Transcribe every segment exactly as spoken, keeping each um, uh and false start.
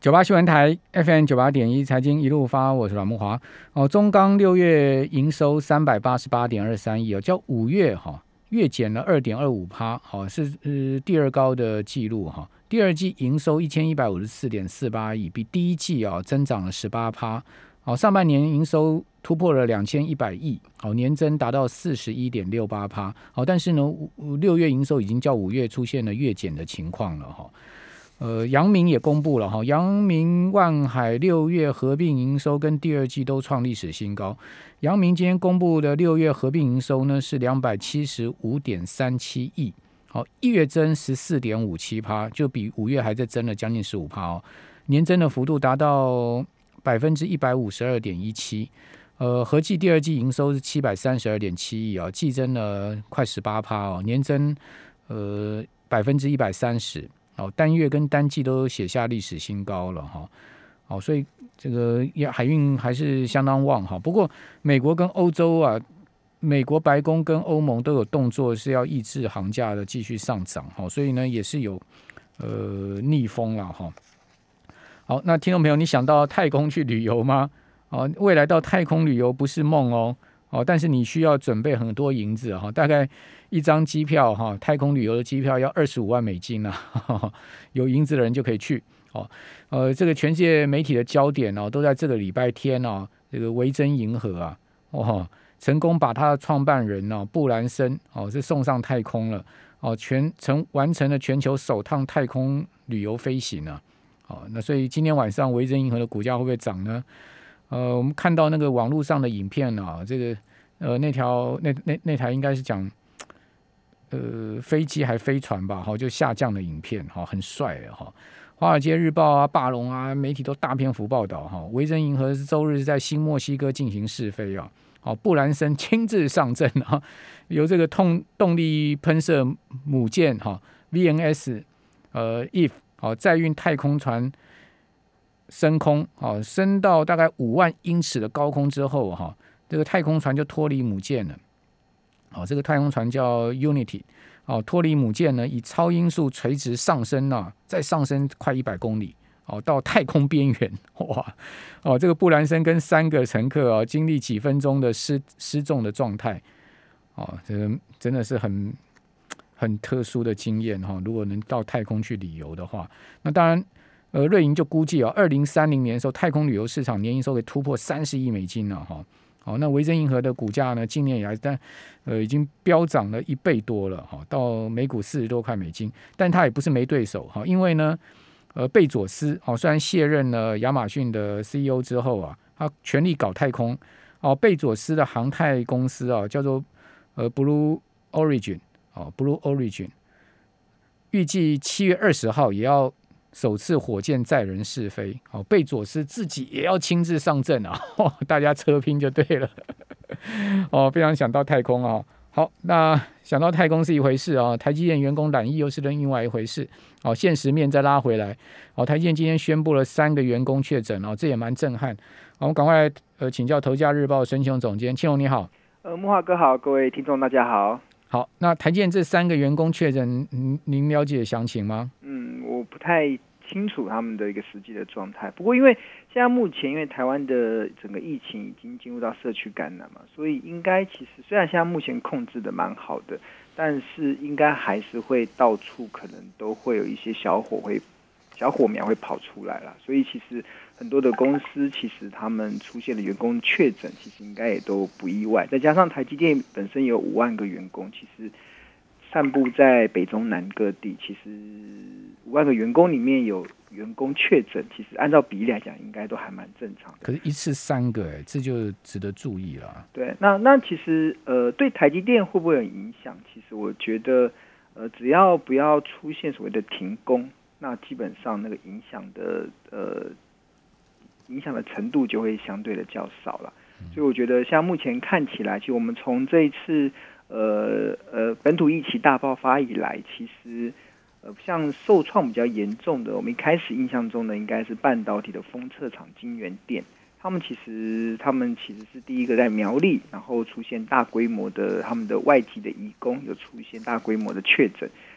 九八新闻台 F M 九八点一财经一路发，我是阮慕骅。哦，中钢六月营收三百八十八点二三亿哦，较五月哈、哦、月减了二点二五趴，好、哦、是呃第二高的记录哈、哦。第二季营收一千一百五十四点四八亿，比第一季啊、哦、增长了十八趴。好、哦，上半年营收突破了两千一百亿，好、哦、年增达到四十一点六八趴。好，但是呢，六月营收已经较五月出现了月减的情况了哈。哦呃，阳明也公布了哈，阳明万海六月合并营收跟第二季都创历史新高。阳明今天公布的六月合并营收呢是两百七十五点三七亿，好，一月增十四点五七趴，就比五月还在增了将近十五趴哦，年增的幅度达到百分之一百五十二点一七。呃，合计第二季营收是七百三十二点七亿啊，季增了快十八趴哦，年增呃百分之一百三十。哦，单月跟单季都写下历史新高了哈，好、哦，所以这个海运还是相当旺哈。不过美国跟欧洲啊，美国白宫跟欧盟都有动作是要抑制航价的继续上涨哈，所以呢也是有呃逆风了哈。好，那听众朋友，你想到太空去旅游吗？哦，未来到太空旅游不是梦哦。哦，但是你需要准备很多银子哈，大概一张机票哈，太空旅游的机票要二十五万美金啊，有银子的人就可以去哦。呃，这个全世界媒体的焦点哦，都在这个礼拜天哦，这个维珍银河啊，哦，成功把他的创办人哦布兰森哦是送上太空了哦，全成完成了全球首趟太空旅游飞行啊。哦，那所以今天晚上维珍银河的股价会不会涨呢？呃，我们看到那个网络上的影片啊，这个呃那条那那那台应该是讲呃飞机还飞船吧，哈，就下降的影片，哈，很帅的哈。华尔街日报啊、霸龙啊，媒体都大篇幅报道哈。维珍银河是周日在新墨西哥进行试飞啊，好，布兰森亲自上阵啊，由这个动动力喷射母舰哈 V N S 呃 Eve 好载运太空船。升空，哦，升到大概五万英尺的高空之后，哈，这个太空船就脱离母舰了。哦，这个太空船叫 Unity， 哦，脱离母舰呢，以超音速垂直上升啊，再上升快一百公里，哦，到太空边缘，哇，哦，这个布兰森跟三个乘客啊，经历几分钟的失失重的状态，哦，这个真的是很很特殊的经验哈。如果能到太空去旅游的话，那当然。呃，瑞银就估计啊、哦，二零三零年的时候，太空旅游市场年营收可以突破三十亿美金了哈。好，那维珍银河的股价呢，今年以来但呃已经飙涨了一倍多了哈，到每股四十多块美金。但它也不是没对手哈，因为呢，呃，贝佐斯哦，虽然卸任了亚马逊的 C E O 之后啊，他全力搞太空哦，贝佐斯的航太公司啊，叫做呃 Blue Origin 哦 ，Blue Origin， 预计七月二十号也要。首次火箭载人试飞，好，贝佐斯自己也要亲自上阵啊，哦、大家车拼就对了。哦，非常想到太空啊。好，那想到太空是一回事啊，台积电员工染疫又是另外一回事。好，现实面再拉回来。好，台积电今天宣布了三个员工确诊哦，这也蛮震撼。好，我们赶快呃请教头家日报孙庆总监，庆荣你好。 呃，慕骅哥好，各位听众大家好。 好，那台积电这三个员工确诊，您您了解详情吗？ 嗯，我不太清楚他们的一个实际的状态。不过，因为现在目前因为台湾的整个疫情已经进入到社区感染嘛，所以应该其实虽然现在目前控制的蛮好的，但是应该还是会到处可能都会有一些小火会小火苗会跑出来啦。所以其实很多的公司其实他们出现的员工确诊，其实应该也都不意外。再加上台积电本身有五万个员工，其实散布在北中南各地，其实五万个员工里面有员工确诊，其实按照比例来讲，应该都还蛮正常的。 可是，一次三个，哎，这就值得注意了。 对，那那其实呃，对台积电会不会有影响？其实我觉得，呃，只要不要出现所谓的停工，那基本上那个影响的呃影响的程度就会相对的较少了。所以我觉得，像目前看起来，其实我们从这一次。呃呃，本土疫情大爆发以来，其实呃，像受创比较严重的，我们一开始印象中呢，应该是半导体的封测厂晶圆店，他们其实他们其实是第一个在苗栗，然后出现大规模的他们的外籍的移工有出现大规模的确诊，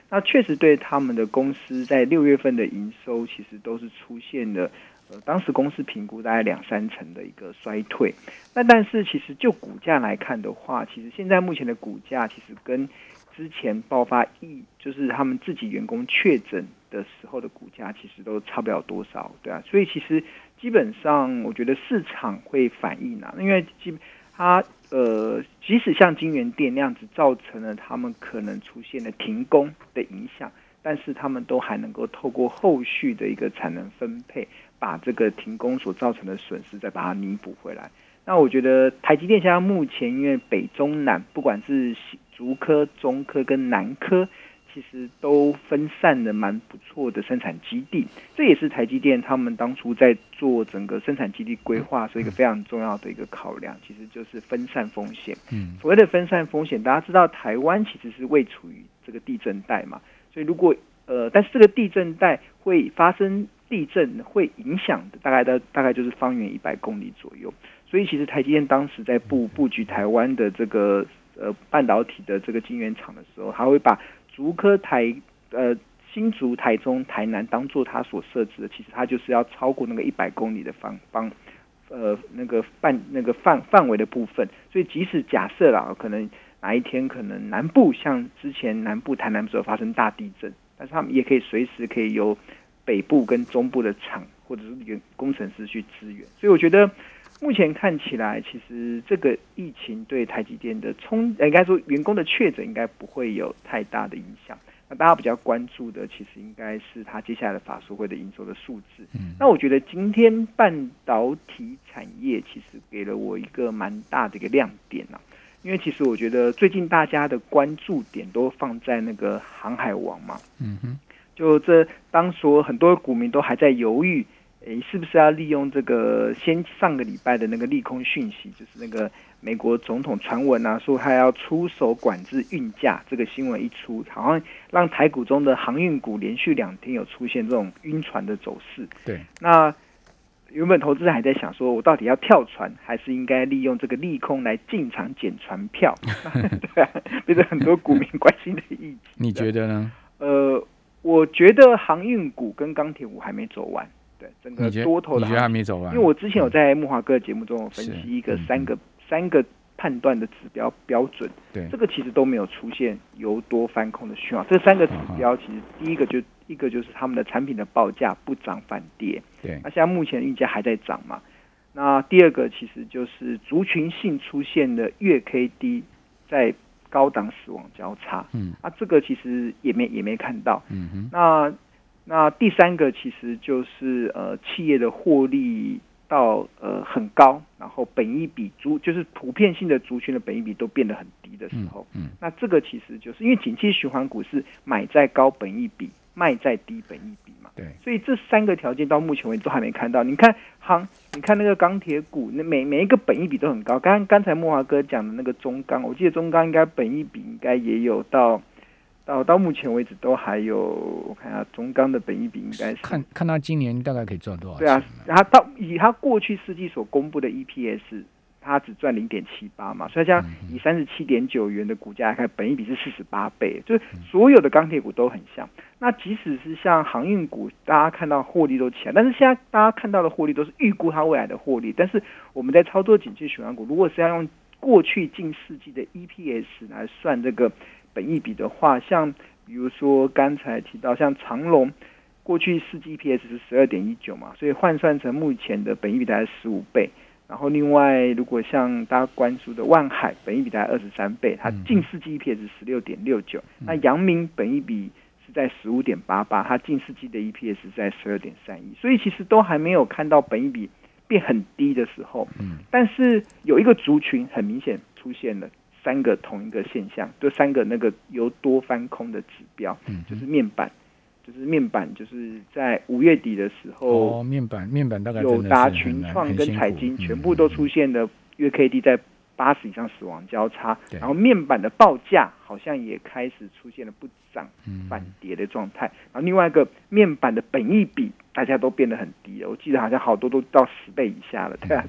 那确实对他们的公司在六月份的营收其实都是出现了呃，当时公司评估大概两三成的一个衰退。那但是其实就股价来看的话，其实现在目前的股价其实跟之前爆发疫，就是他们自己员工确诊的时候的股价，其实都差不了多少，对啊。所以其实基本上，我觉得市场会反应啊，因为基它呃，即使像金源店那样子，造成了他们可能出现了停工的影响，但是他们都还能够透过后续的一个产能分配，把这个停工所造成的损失再把它弥补回来。那我觉得台积电现在目前因为北中南不管是竹科、中科跟南科，其实都分散了蛮不错的生产基地，这也是台积电他们当初在做整个生产基地规划，所以一个非常重要的一个考量，其实就是分散风险。嗯，所谓的分散风险，大家知道台湾其实是位处于这个地震带嘛，所以如果呃，但是这个地震带会发生地震，会影响的大概的大概就是方圆一百公里左右。所以其实台积电当时在布布局台湾的这个呃半导体的这个晶圆厂的时候，还会把竹科台呃新竹、台中、台南当做它所设置的，其实它就是要超过那个一百公里的方方呃那个范那个范范围的部分。所以即使假设啦，可能哪一天可能南部像之前南部台南的时候发生大地震，但是他们也可以随时可以由北部跟中部的厂或者是员工程师去支援。所以我觉得目前看起来，其实这个疫情对台积电的冲，应该说员工的确诊应该不会有太大的影响。那大家比较关注的，其实应该是它接下来的法说会的营收的数字。嗯，那我觉得今天半导体产业其实给了我一个蛮大的一个亮点啊，因为其实我觉得最近大家的关注点都放在那个航海王嘛。嗯哼，就这当说很多股民都还在犹豫。诶，是不是要利用这个先上个礼拜的那个利空讯息，就是那个美国总统传闻啊，说他要出手管制运价，这个新闻一出，好像让台股中的航运股连续两天有出现这种晕船的走势。 对， 那原本投资人还在想说，我到底要跳船，还是应该利用这个利空来进场捡船票？对啊，变成很多股民关心的议题。 你觉得呢？ 呃，我觉得航运股跟钢铁股还没走完。对，整个多头的你觉得还没走完？ 因为我之前有在木华哥的节目中有分析一个三个、嗯、三个判断的指标标准， 对， 这个其实都没有出现由多翻空的讯号。这三个指标其实第一个就一个就是他们的产品的报价不涨反跌， 对， 那现在目前运价还在涨嘛。那第二个其实就是族群性出现的月 K D 在高档死亡交叉，嗯，啊，这个其实也没也没看到，嗯哼，那。那第三个其实就是呃企业的获利到呃很高，然后本益比族就是普遍性的族群的本益比都变得很低的时候，嗯，嗯那这个其实就是因为景气循环股是买在高本益比，卖在低本益比嘛， 对， 所以这三个条件到目前为止都还没看到。你看航，你看那个钢铁股，那每每一个本益比都很高。刚刚才木华哥讲的那个中钢，我记得中钢应该本益比应该也有到。到到目前为止都还有，我看下中钢的本益比应该是看看他今年大概可以赚多少钱？ 对啊，他到以他过去四季所公布的 E P S， 他只赚零点七八嘛，所以这样以三十七点九元的股价来看，本益比是四十八倍，就是所有的钢铁股都很像。那即使是像航运股，大家看到获利都起来，但是现在大家看到的获利都是预估它未来的获利，但是我们在操作景气循环股，如果是要用过去近世纪的 E P S 来算这个本益比的话，像比如说刚才提到像长荣，过去四季 E P S 是 十二点一九 嘛，所以换算成目前的本益比大概十五倍。然后另外如果像大家关注的万海，本益比大概二十三倍，它近四季 E P S 是十六点六九，那阳明本益比是在十五点八八，它近四季的 E P S 是在十二点三一，所以其实都还没有看到本益比变很低的时候，嗯，但是有一个族群很明显出现了三个同一个现象，就三个那个由多翻空的指标，嗯，就是面板，就是面板，就是在五月底的时候， 哦，面板面板大概友达、群创跟彩晶全部都出现了月 K D 在八十以上死亡交叉，然后面板的报价好像也开始出现了不涨反跌的状态，然后另外一个面板的本益比大家都变得很低了，我记得好像好多都到十倍以下了，对啊，对啊，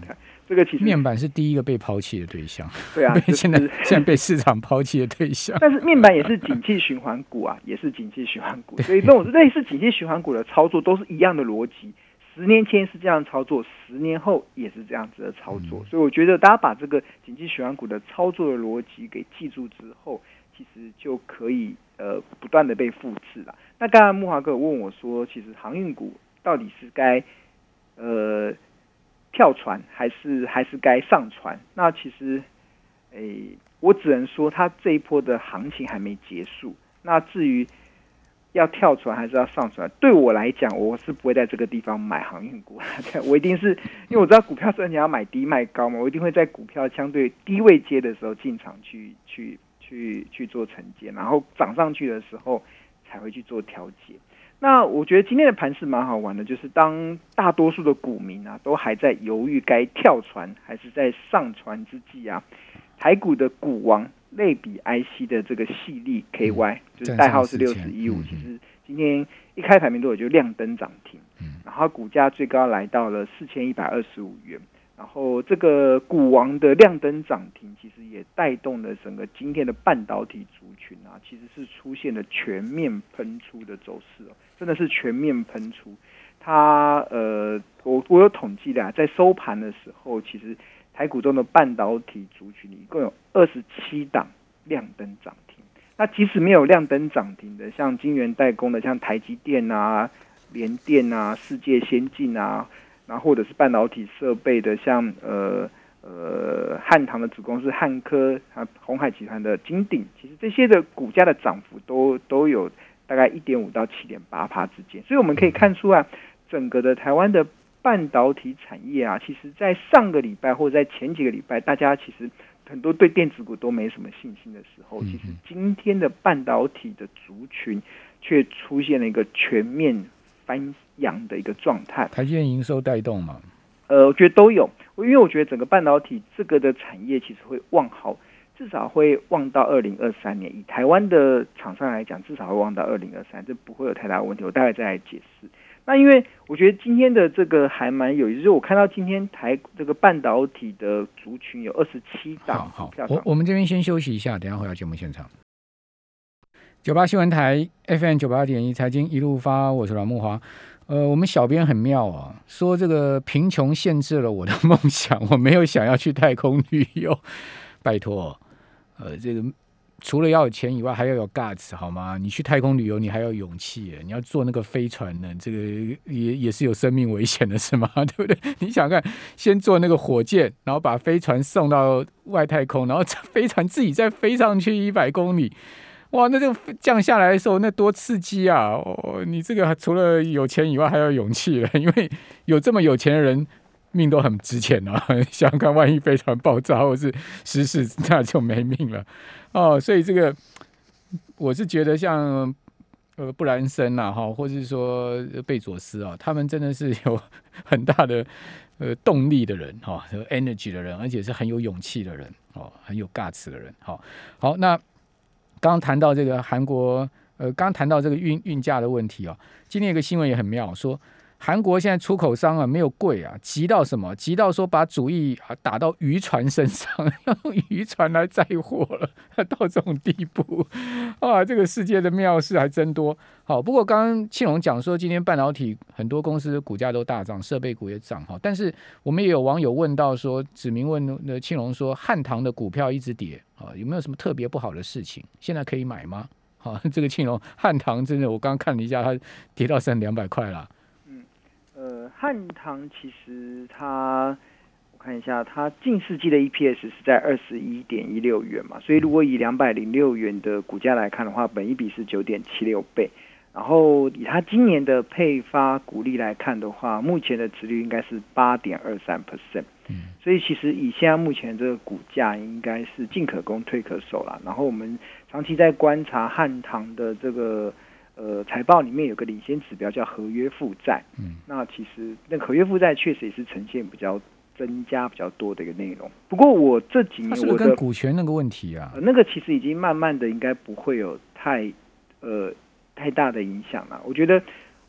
这个其实面板是第一个被抛弃的对象， 对啊， 被现在、就是、现在被市场抛弃的对象。 但是面板也是景气循环股啊，也是景气循环股，所以这种类似景气循环股的操作都是一样的逻辑。十年前是这样操作，十年后也是这样子的操作，所以我觉得大家把这个景气循环股的操作的逻辑给记住之后，其实就可以呃不断的被复制了。那刚才木华哥有问我说，其实航运股到底是该呃跳船还是还是该上船？那其实，诶，我只能说，它这一波的行情还没结束。那至于要跳船还是要上船，对我来讲，我是不会在这个地方买航运股。我一定是因为我知道股票赚钱要买低卖高嘛，我一定会在股票相对低位接的时候进场去去去去做承接，然后涨上去的时候才会去做调节。那我觉得今天的盘势蛮好玩的，就是当大多数的股民啊都还在犹豫该跳船还是在上船之际啊，台股的股王类比 I C 的这个矽力 K Y、嗯、就是代号是六十一五，其实今天一开盘没多久就亮灯涨停，嗯、然后股价最高来到了四千一百二十五元。然后这个股王的亮灯涨停，其实也带动了整个今天的半导体族群啊，其实是出现了全面喷出的走势哦，真的是全面喷出。它呃，我我有统计的、啊，在收盘的时候，其实台股中的半导体族群一共有二十七档亮灯涨停。那即使没有亮灯涨停的，像晶圆代工的，像台积电啊、联电啊、世界先进啊。然后或者是半导体设备的，像呃呃汉唐的子公司汉科啊，鸿海集团的金鼎，其实这些的股价的涨幅都都有大概一点五到七点八趴之间，所以我们可以看出啊，整个的台湾的半导体产业啊，其实在上个礼拜或者在前几个礼拜，大家其实很多对电子股都没什么信心的时候，其实今天的半导体的族群却出现了一个全面翻扬的一个状态。 台积电营收带动嘛？ 呃，我觉得都有，因为我觉得整个半导体这个的产业其实会旺好，至少会旺到二零二三年。以台湾的厂商来讲，至少会旺到二零二三，这不会有太大的问题。我待会再来解释。那因为我觉得今天的这个还蛮有意思，就是我看到今天台这个半导体的族群有二十七档股票。 好，我我们这边先休息一下，等一下回到节目现场。九八新闻台 F M 九八点一财经一路发，我是阮慕骅。呃，我们小编很妙啊，说这个贫穷限制了我的梦想，我没有想要去太空旅游。拜托，呃，这个除了要有钱以外，还要有 guts 好吗？你去太空旅游，你还要有勇气，你要坐那个飞船呢，这个也也是有生命危险的，是吗？对不对？你想看，先坐那个火箭，然后把飞船送到外太空，然后飞船自己再飞上去一百公里。哇，那这个降下来的时候，那多刺激啊！哦，你这个除了有钱以外，还要有勇气了，因为有这么有钱的人，命都很值钱啊。想想看，万一飞船爆炸或是失事，那就没命了哦。所以这个，我是觉得像呃布兰森啊，哈，或是说贝佐斯啊，他们真的是有很大的呃动力的人，哈、哦、，energy 的人，而且是很有勇气的人，哦，很有 guts 的人。好，好，那。刚刚谈到这个韩国，呃，刚刚谈到这个运运价的问题啊。今天有个新闻也很妙，说韩国现在出口商啊没有柜啊，急到什么？急到说把主意啊打到渔船身上，用渔船来载货了，到这种地步啊！这个世界的妙事还真多。好，不过刚刚庆隆讲说，今天半导体很多公司的股价都大涨，设备股也涨哈。但是我们也有网友问到说，指名问的庆隆说，汉唐的股票一直跌啊，有没有什么特别不好的事情？现在可以买吗？好，这个庆隆汉唐真的，我刚刚看了一下，它跌到剩两百块了。 嗯，呃，汉唐其实它，我看一下，它近世纪的 E P S 是在二十一点一六元嘛，所以如果以两百零六元的股价来看的话，本益比是九点七六倍。然后以它今年的配发股利来看的话，目前的殖利率应该是 八点二三 percent， 所以其实以现在目前这个股价应该是进可攻退可守啦。然后我们长期在观察汉唐的这个呃财报里面有个领先指标叫合约负债，嗯，那其实那合约负债确实也是呈现比较增加比较多的一个内容。不过我这几年我的是不是跟股权那个问题啊、 呃，那个其实已经慢慢的应该不会有太呃。太大的影响了。我觉得，我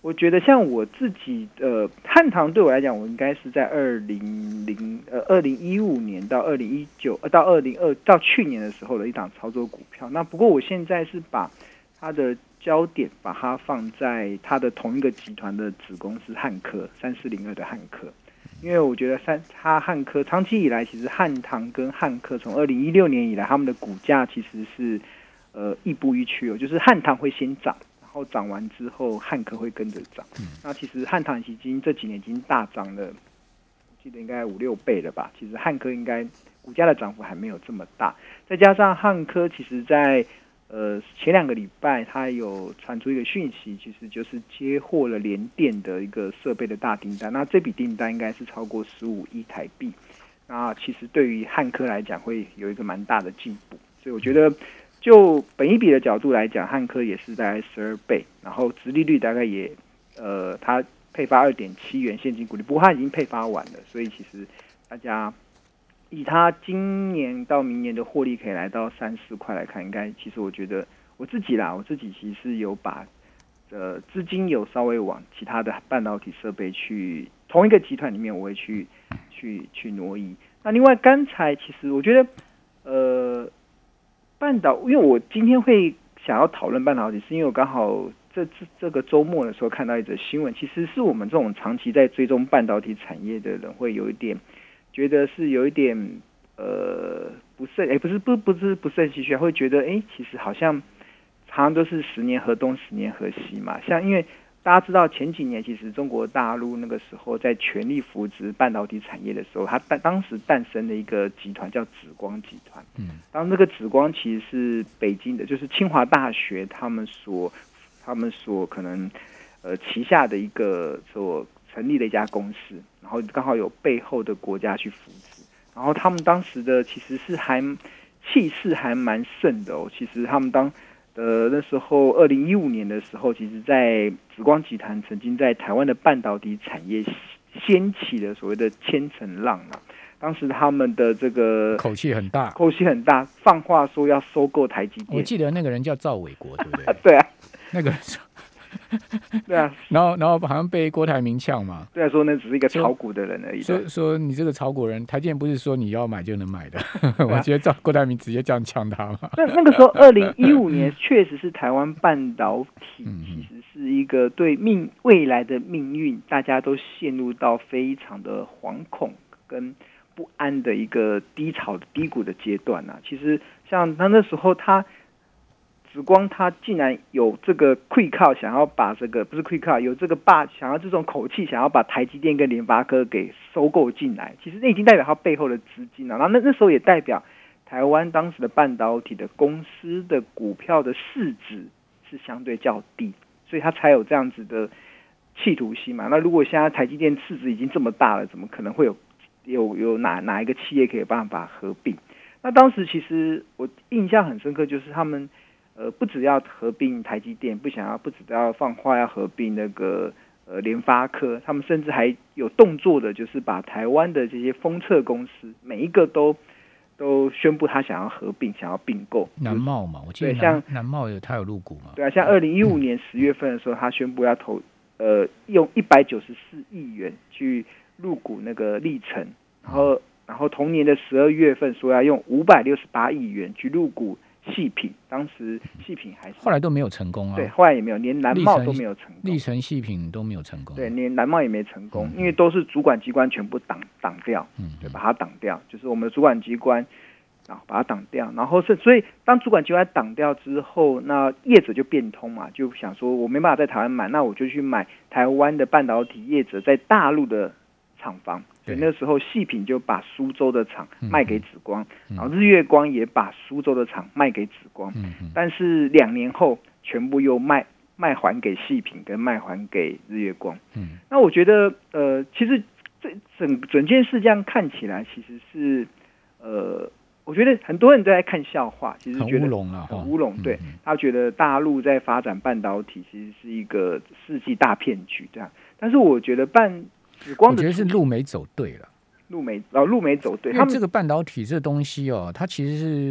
我觉得像我自己，呃，汉唐对我来讲，我应该是在二零零呃二零一五年到二零一九呃到二零二到去年的时候的一档操作股票。那不过我现在是把它的焦点把它放在它的同一个集团的子公司汉科三四零二的汉科，因为我觉得三它汉科长期以来，其实汉唐跟汉科从二零一六年以来，他们的股价其实是呃亦步亦趋哦，就是汉唐会先涨。然后涨完之后，汉科会跟着涨。那其实汉唐已经这几年已经大涨了，我记得应该五六倍了吧。其实汉科应该股价的涨幅还没有这么大，再加上汉科其实在呃前两个礼拜，它有传出一个讯息，其实就是接获了联电的一个设备的大订单。那这笔订单应该是超过十五亿台币。那其实对于汉科来讲，会有一个蛮大的进步。所以我觉得。就本益比的角度来讲，汉科也是大概十二倍，然后殖利率大概也，呃，它配发二点七元现金股利，不过它已经配发完了，所以其实大家以它今年到明年的获利可以来到三四块来看，应该其实我觉得我自己啦，我自己其实有把呃资金有稍微往其他的半导体设备去同一个集团里面，我会去去去挪移。那另外刚才其实我觉得呃。半导，因为我今天会想要讨论半导体，是因为我刚好这这这个周末的时候看到一则新闻，其实是我们这种长期在追踪半导体产业的人会有一点觉得是有一点呃不甚，哎，不是不不是不甚唏嘘，会觉得哎，其实好像常常都是十年河东十年河西嘛，像因为。大家知道前几年其实中国大陆那个时候在全力扶植半导体产业的时候，它当时诞生的一个集团叫紫光集团。嗯，当那个紫光其实是北京的，就是清华大学他们所他们所可能呃旗下的一个所成立的一家公司，然后刚好有背后的国家去扶持，然后他们当时的其实是还气势还蛮盛的哦，其实他们当。呃，那时候二零一五年的时候，其实在紫光集团曾经在台湾的半导体产业掀起了所谓的千层浪啊。当时他们的这个口气很大， 口气很大，放话说要收购台积电。 我记得那个人叫赵伟国，对不对？ 对啊， 那个对啊， 然后然后好像被郭台铭呛嘛， 对啊，说那只是一个炒股的人而已。 说说你这个炒股人，台积电不是说你要买就能买的。啊、我觉得赵郭台铭直接这样呛他嘛。 那那个时候，二零一五年确实是台湾半导体其实是一个对命未来的命运，大家都陷入到非常的惶恐跟不安的一个低潮低谷的阶段啊。其实像他那时候他。紫光他竟然有这个 quick call 想要把这个不是 quick call 有这个霸想要这种口气想要把台积电跟联发科给收购进来，其实那已经代表他背后的资金了，然后那那时候也代表台湾当时的半导体的公司的股票的市值是相对较低，所以他才有这样子的企图心嘛。那如果现在台积电市值已经这么大了，怎么可能会有有有哪哪一个企业可以办法合并？那当时其实我印象很深刻，就是他们。呃，不只要合并台积电，不想要，不只要放话要合并那个呃联发科，他们甚至还有动作的，就是把台湾的这些封测公司每一个都都宣布他想要合并，想要并购。 南茂嘛，我记得南像南茂有他有入股嘛？ 对啊，像二零一五年十月份的时候，他宣布要投呃用一百九十四亿元去入股那个力成，然后然后同年的十二月份说要用五百六十八亿元去入股。细品当时细品还是后来都没有成功啊， 对，后来也没有，连南茂都没有成功， 力成细品都没有成功， 对，连南茂也没成功，嗯、因为都是主管机关全部挡挡掉，嗯，对，把它挡掉，就是我们的主管机关，然后把它挡掉，然后是所以当主管机关挡掉之后，那业者就变通嘛，就想说我没办法在台湾买，那我就去买台湾的半导体业者在大陆的厂房。所以那时候细品就把苏州的厂卖给紫光，嗯、然后日月光也把苏州的厂卖给紫光，嗯、但是两年后全部又卖卖还给细品跟卖还给日月光。嗯、那我觉得呃，其实这整整件事这样看起来，其实是呃，我觉得很多人都在看笑话，其实觉得很乌龙啊， 很乌龙。对、嗯、他觉得大陆在发展半导体其实是一个世纪大骗局这样，但是我觉得半我觉得是路没走对了， 路没哦，路没走对。 因为这个半导体这东西哦，它其实是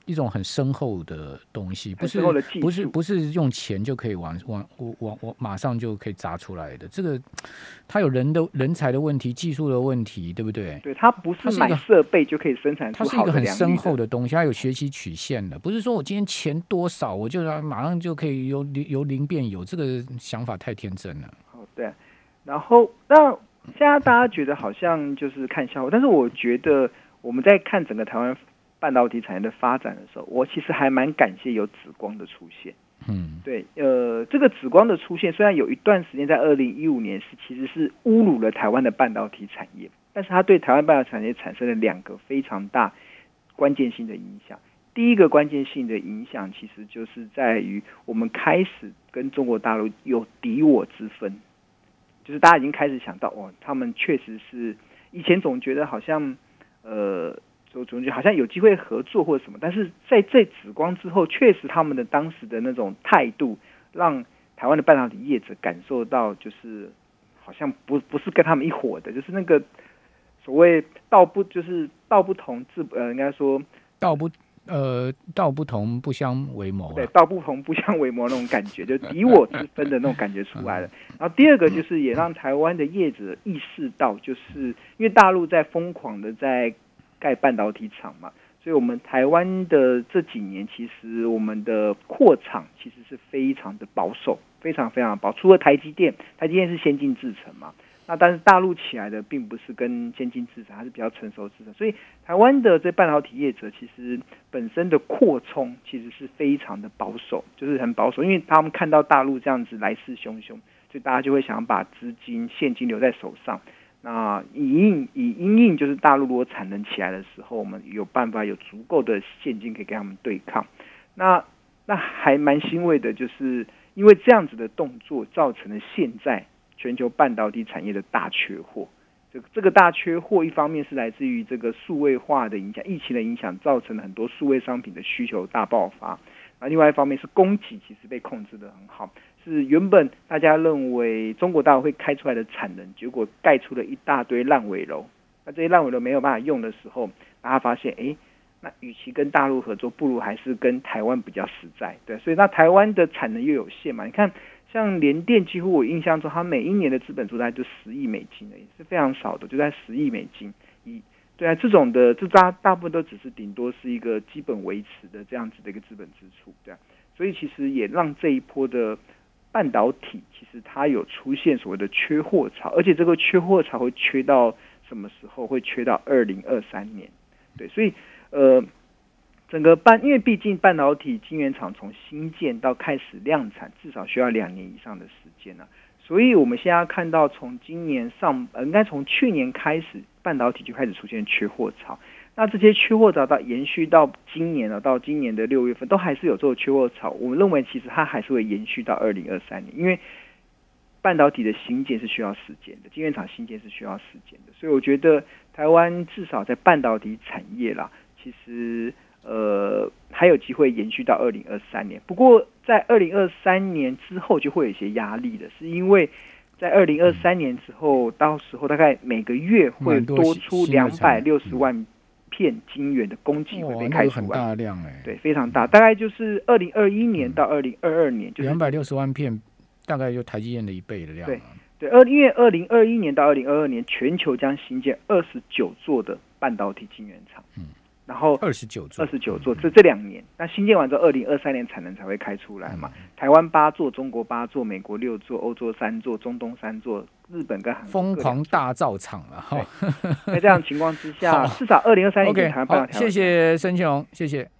一种很深厚的东西，不是不是不是用钱就可以往往往往马上就可以砸出来的。这个它有人的人才的问题、技术的问题，对不对？ 对，它不是买设备就可以生产出好的， 它是一个很深厚的东西，它有学习曲线的，不是说我今天钱多少，我就马上就可以由由零变有，这个想法太天真了。 哦，对。然后那现在大家觉得好像就是看笑话，但是我觉得我们在看整个台湾半导体产业的发展的时候，我其实还蛮感谢有紫光的出现。 嗯， 对，呃，这个紫光的出现，虽然有一段时间在二零一五年是其实是侮辱了台湾的半导体产业，但是它对台湾半导体产业产生了两个非常大关键性的影响。第一个关键性的影响，其实就是在于我们开始跟中国大陆有敌我之分。就是大家已经开始想到，哦，他们确实是以前总觉得好像，呃，总总觉得好像有机会合作或者什么，但是在这紫光之后，确实他们的当时的那种态度，让台湾的半导体业者感受到，就是好像不不是跟他们一伙的，就是那个所谓道不就是道不同志呃，应该说道不。呃，道不同不相为谋、啊， 对，道不同不相为谋那种感觉，就敌我之分的那种感觉出来了。然后第二个就是也让台湾的业者意识到，就是因为大陆在疯狂的在盖半导体厂嘛，所以我们台湾的这几年其实我们的扩厂其实是非常的保守，非常非常保守。除了台积电，台积电是先进制程嘛。那但是大陆起来的并不是跟先进制程，它是比较成熟制程，所以台湾的这半导体业者其实本身的扩充其实是非常的保守，就是很保守，因为他们看到大陆这样子来势汹汹，所以大家就会想要把资金现金留在手上。那以应以因应就是大陆如果产能起来的时候，我们有办法有足够的现金可以跟他们对抗。那那还蛮欣慰的，就是因为这样子的动作，造成了现在全球半导体产业的大缺货。这个这个大缺货，一方面是来自于这个数位化的影响，疫情的影响，造成了很多数位商品的需求大爆发。那另外一方面是供给其实被控制得很好，是原本大家认为中国大陆会开出来的产能，结果盖出了一大堆烂尾楼。那这些烂尾楼没有办法用的时候，大家发现，哎，那与其跟大陆合作，不如还是跟台湾比较实在。对，所以那台湾的产能又有限嘛，你看。像联电几乎我印象中，它每一年的资本出大概就十亿美金而已，是非常少的，就在十亿美金。以对啊，这种的这大大部分都只是顶多是一个基本维持的这样子的一个资本支出，对啊，所以其实也让这一波的半导体其实它有出现所谓的缺货潮，而且这个缺货潮会缺到什么时候？会缺到二零二三年，对，所以呃。整个半，因为毕竟半导体晶圆厂从新建到开始量产，至少需要两年以上的时间啊。所以我们现在看到，从今年上，呃，应该从去年开始，半导体就开始出现缺货潮。那这些缺货潮到延续到今年了，到今年的六月份，都还是有这个缺货潮。我们认为，其实它还是会延续到二零二三年，因为半导体的新建是需要时间的，晶圆厂新建是需要时间的。所以我觉得，台湾至少在半导体产业啦，其实。呃，还有机会延续到二零二三年。不过，在二零二三年之后就会有一些压力了，是因为在二零二三年之后，到时候大概每个月会多出两百六十万片晶圆的供给会被开出来， 那个很大量哎、欸， 对，非常大。大概就是二零二一年到二零二二年，就是两百六十万片，大概就台积电的一倍的量、啊。 对对，二因为二零二一年到二零二二年，全球将新建二十九座的半导体晶圆厂。嗯。然后二十九座， 二十九座，这这两年，那新建完之后，二零二三年产能才会开出来嘛？嗯、台湾八座，中国八座，美国六座，欧洲三座，中东三座，日本跟韩国疯狂大造厂了哈。 在这样的情况之下，至少二零二三年台湾半导体。 谢谢申庆荣，谢谢。